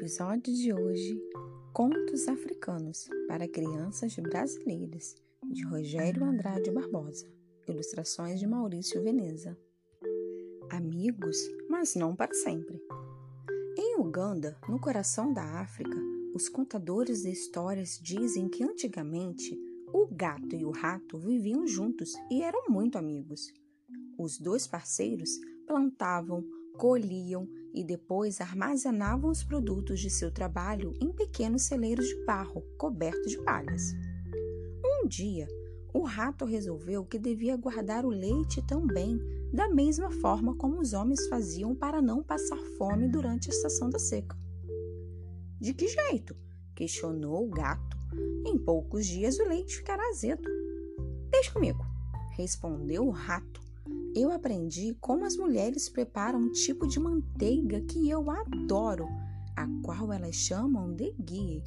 episódio de hoje, Contos Africanos para Crianças Brasileiras, de Rogério Andrade Barbosa, ilustrações de Maurício Veneza. Amigos, mas não para sempre. Em Uganda, no coração da África, os contadores de histórias dizem que antigamente o gato e o rato viviam juntos e eram muito amigos. Os dois parceiros plantavam, colhiam e depois armazenavam os produtos de seu trabalho em pequenos celeiros de barro cobertos de palhas. Um dia, o rato resolveu que devia guardar o leite também, da mesma forma como os homens faziam para não passar fome durante a estação da seca. De que jeito? Questionou o gato. Em poucos dias o leite ficará azedo. Deixe comigo, respondeu o rato. Eu aprendi como as mulheres preparam um tipo de manteiga que eu adoro, a qual elas chamam de ghee.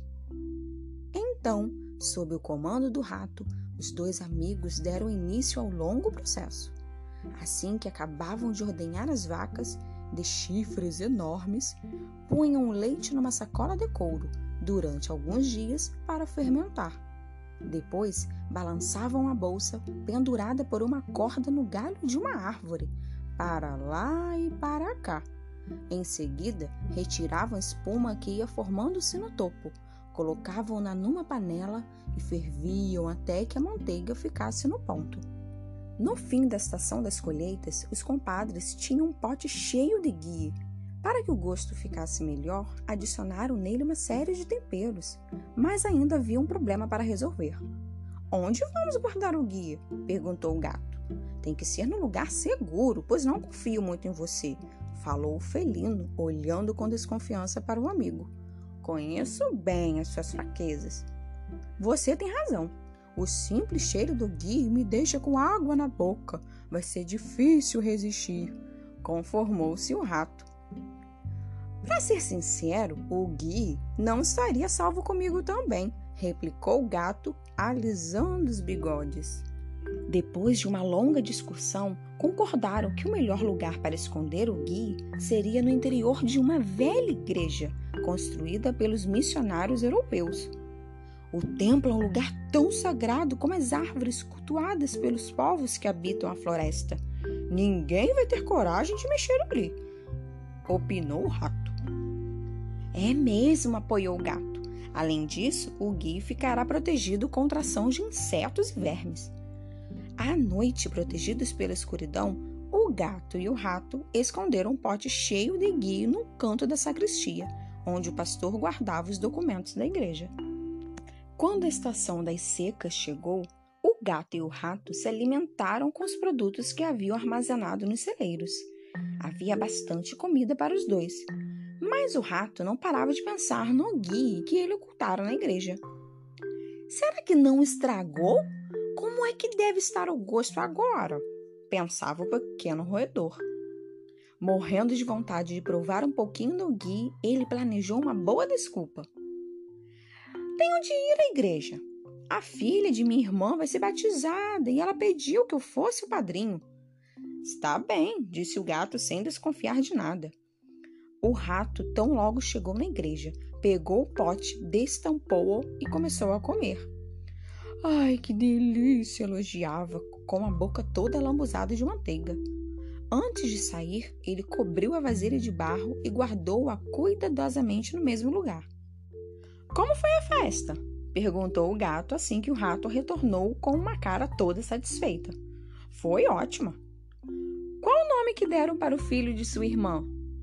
Então, sob o comando do rato, os dois amigos deram início ao longo processo. Assim que acabavam de ordenhar as vacas, de chifres enormes, punham o leite numa sacola de couro durante alguns dias para fermentar. Depois, balançavam a bolsa pendurada por uma corda no galho de uma árvore, para lá e para cá. Em seguida, retiravam a espuma que ia formando-se no topo, colocavam-na numa panela e ferviam até que a manteiga ficasse no ponto. No fim da estação das colheitas, os compadres tinham um pote cheio de ghee. Para que o gosto ficasse melhor, adicionaram nele uma série de temperos, mas ainda havia um problema para resolver. Onde vamos guardar o ghee? Perguntou o gato. Tem que ser num lugar seguro, pois não confio muito em você, falou o felino, olhando com desconfiança para o amigo. Conheço bem as suas fraquezas. Você tem razão. O simples cheiro do ghee me deixa com água na boca. Vai ser difícil resistir, conformou-se o rato. Para ser sincero, o ghee não estaria salvo comigo também, replicou o gato, alisando os bigodes. Depois de uma longa discussão, concordaram que o melhor lugar para esconder o ghee seria no interior de uma velha igreja, construída pelos missionários europeus. O templo é um lugar tão sagrado como as árvores cultuadas pelos povos que habitam a floresta. Ninguém vai ter coragem de mexer ali, opinou o rato. É mesmo, apoiou o gato. Além disso, o ghee ficará protegido contra a ação de insetos e vermes. À noite, protegidos pela escuridão, o gato e o rato esconderam um pote cheio de ghee no canto da sacristia, onde o pastor guardava os documentos da igreja. Quando a estação das secas chegou, o gato e o rato se alimentaram com os produtos que haviam armazenado nos celeiros. Havia bastante comida para os dois, mas o rato não parava de pensar no ghee que ele ocultara na igreja. Será que não estragou? Como é que deve estar o gosto agora? Pensava o pequeno roedor. Morrendo de vontade de provar um pouquinho do ghee, ele planejou uma boa desculpa. Tenho de ir à igreja. A filha de minha irmã vai ser batizada e ela pediu que eu fosse o padrinho. Está bem, disse o gato sem desconfiar de nada. O rato tão logo chegou na igreja, pegou o pote, destampou-o e começou a comer. Ai, que delícia! Elogiava, com a boca toda lambuzada de manteiga. Antes de sair, ele cobriu a vasilha de barro e guardou-a cuidadosamente no mesmo lugar. Como foi a festa? Perguntou o gato assim que o rato retornou com uma cara toda satisfeita. Foi ótima. Qual o nome que deram para o filho de sua irmã?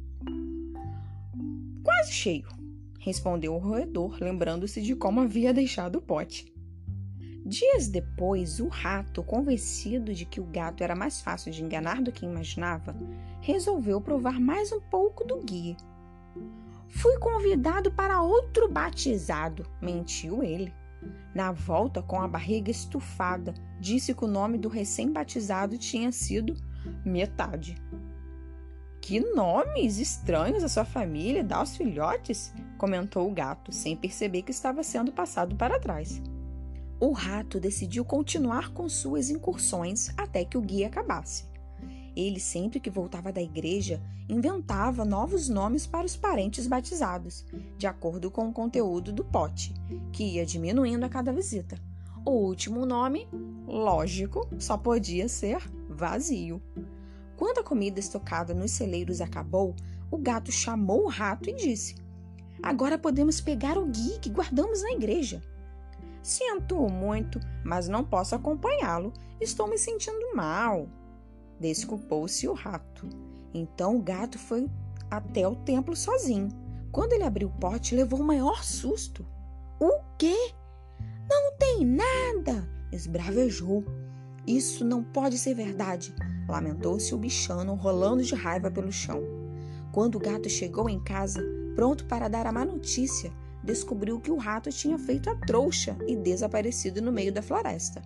Quase cheio, respondeu o roedor, lembrando-se de como havia deixado o pote. Dias depois, o rato, convencido de que o gato era mais fácil de enganar do que imaginava, resolveu provar mais um pouco do ghee. Fui convidado para outro batizado, mentiu ele. Na volta, com a barriga estufada, disse que o nome do recém-batizado tinha sido Metade. Que nomes estranhos a sua família dá aos filhotes, comentou o gato, sem perceber que estava sendo passado para trás. O rato decidiu continuar com suas incursões até que o ghee acabasse. Ele, sempre que voltava da igreja, inventava novos nomes para os parentes batizados, de acordo com o conteúdo do pote, que ia diminuindo a cada visita. O último nome, lógico, só podia ser vazio. Quando a comida estocada nos celeiros acabou, o gato chamou o rato e disse: "Agora podemos pegar o gui que guardamos na igreja." "Sinto muito, mas não posso acompanhá-lo. Estou me sentindo mal." Desculpou-se o rato. Então o gato foi até o templo sozinho. Quando ele abriu o pote, levou o maior susto. "O quê? Não tem nada!" esbravejou. "Isso não pode ser verdade!" lamentou-se o bichano, rolando de raiva pelo chão. Quando o gato chegou em casa, pronto para dar a má notícia, descobriu que o rato tinha feito a trouxa e desaparecido no meio da floresta.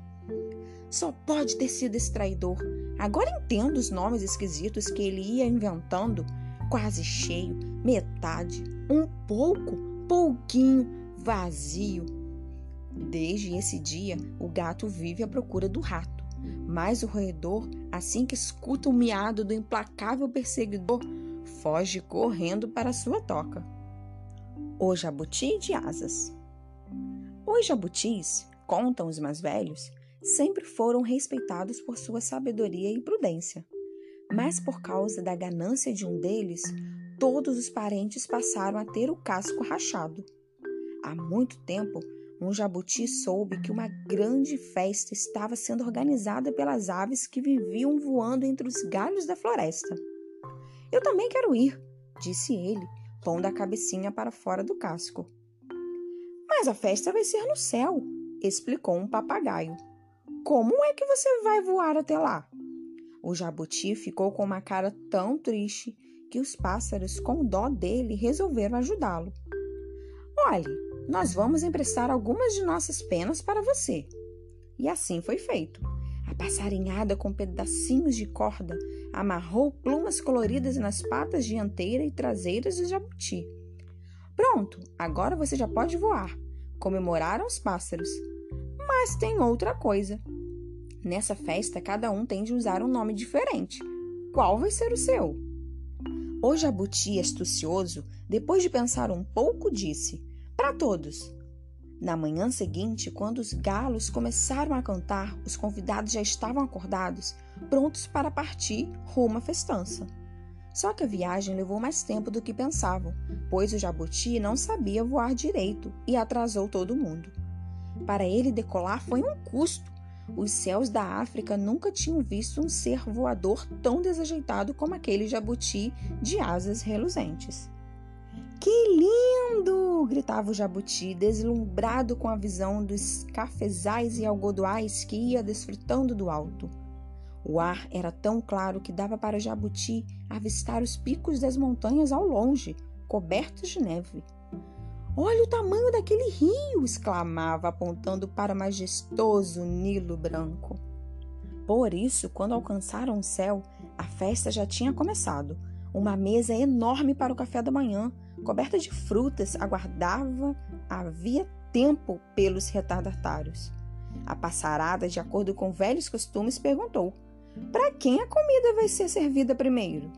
Só pode ter sido esse traidor. Agora entendo os nomes esquisitos que ele ia inventando. Quase cheio, metade, um pouco, pouquinho, vazio. Desde esse dia, o gato vive à procura do rato. Mas o roedor, assim que escuta o miado do implacável perseguidor, foge correndo para sua toca. O jabuti de asas. Os jabutis, contam os mais velhos, sempre foram respeitados por sua sabedoria e prudência. Mas por causa da ganância de um deles, todos os parentes passaram a ter o casco rachado. Há muito tempo, um jabuti soube que uma grande festa estava sendo organizada pelas aves que viviam voando entre os galhos da floresta. "Eu também quero ir", disse ele, pondo a cabecinha para fora do casco. "Mas a festa vai ser no céu", explicou um papagaio. "Como é que você vai voar até lá?" O jabuti ficou com uma cara tão triste que os pássaros, com dó dele, resolveram ajudá-lo. "Olhe, nós vamos emprestar algumas de nossas penas para você." E assim foi feito. A passarinhada, com pedacinhos de corda, amarrou plumas coloridas nas patas dianteira e traseiras do jabuti. "Pronto, agora você já pode voar", comemoraram os pássaros. Mas tem outra coisa. Nessa festa, cada um tem de usar um nome diferente. Qual vai ser o seu? O jabuti, astucioso, depois de pensar um pouco, disse: "Para todos." Na manhã seguinte, quando os galos começaram a cantar, os convidados já estavam acordados, prontos para partir rumo à festança. Só que a viagem levou mais tempo do que pensavam, pois o jabuti não sabia voar direito e atrasou todo mundo. Para ele decolar foi um custo. Os céus da África nunca tinham visto um ser voador tão desajeitado como aquele jabuti de asas reluzentes. "Que lindo!" gritava o jabuti, deslumbrado com a visão dos cafezais e algodoais que ia desfrutando do alto. O ar era tão claro que dava para o jabuti avistar os picos das montanhas ao longe, cobertos de neve. "Olha o tamanho daquele rio!" exclamava, apontando para o majestoso Nilo branco. Por isso, quando alcançaram o céu, a festa já tinha começado. Uma mesa enorme para o café da manhã, coberta de frutas, aguardava havia tempo pelos retardatários. A passarada, de acordo com velhos costumes, perguntou: "Para quem a comida vai ser servida primeiro?"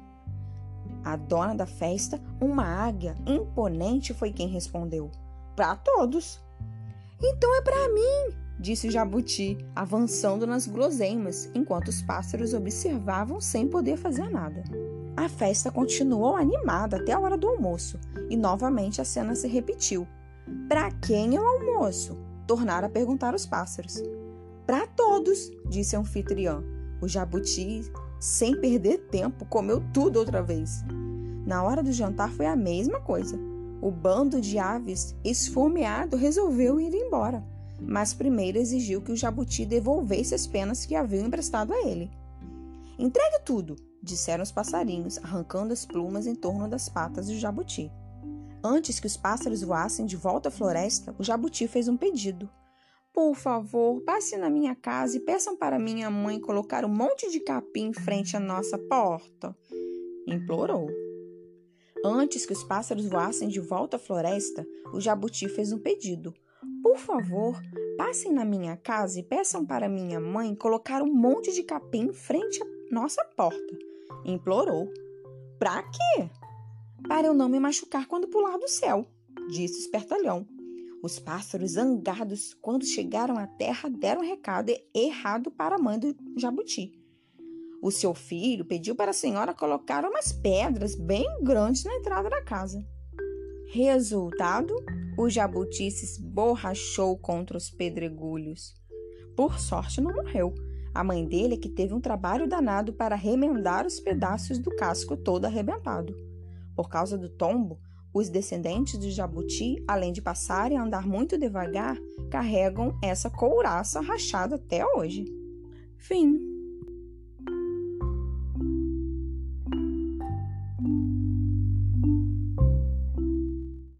A dona da festa, uma águia imponente, foi quem respondeu: "Para todos." "Então é para mim", disse o jabuti, avançando nas guloseimas, enquanto os pássaros observavam sem poder fazer nada. A festa continuou animada até a hora do almoço, e novamente a cena se repetiu. "Para quem é o almoço?" tornaram a perguntar os pássaros. "Para todos", disse a anfitriã. O jabuti, sem perder tempo, comeu tudo outra vez. Na hora do jantar foi a mesma coisa. O bando de aves, esfomeado, resolveu ir embora, mas primeiro exigiu que o jabuti devolvesse as penas que haviam emprestado a ele. "Entregue tudo", disseram os passarinhos, arrancando as plumas em torno das patas do jabuti. Antes que os pássaros voassem de volta à floresta, o jabuti fez um pedido. "Por favor, passe na minha casa e peçam para minha mãe colocar um monte de capim em frente à nossa porta", implorou. Antes que os pássaros voassem de volta à floresta, o jabuti fez um pedido. "Por favor, passem na minha casa e peçam para minha mãe colocar um monte de capim em frente nossa porta. Implorou. Pra quê? Para eu não me machucar quando pular do céu, disse o espertalhão. Os pássaros, zangados, quando chegaram à terra, deram um recado errado para a mãe do jabuti. O seu filho pediu para a senhora colocar umas pedras bem grandes na entrada da casa. Resultado, o jabuti se esborrachou contra os pedregulhos. Por sorte, não morreu. A mãe dele é que teve um trabalho danado para remendar os pedaços do casco todo arrebentado. Por causa do tombo, os descendentes do jabuti, além de passarem a andar muito devagar, carregam essa couraça rachada até hoje. Fim.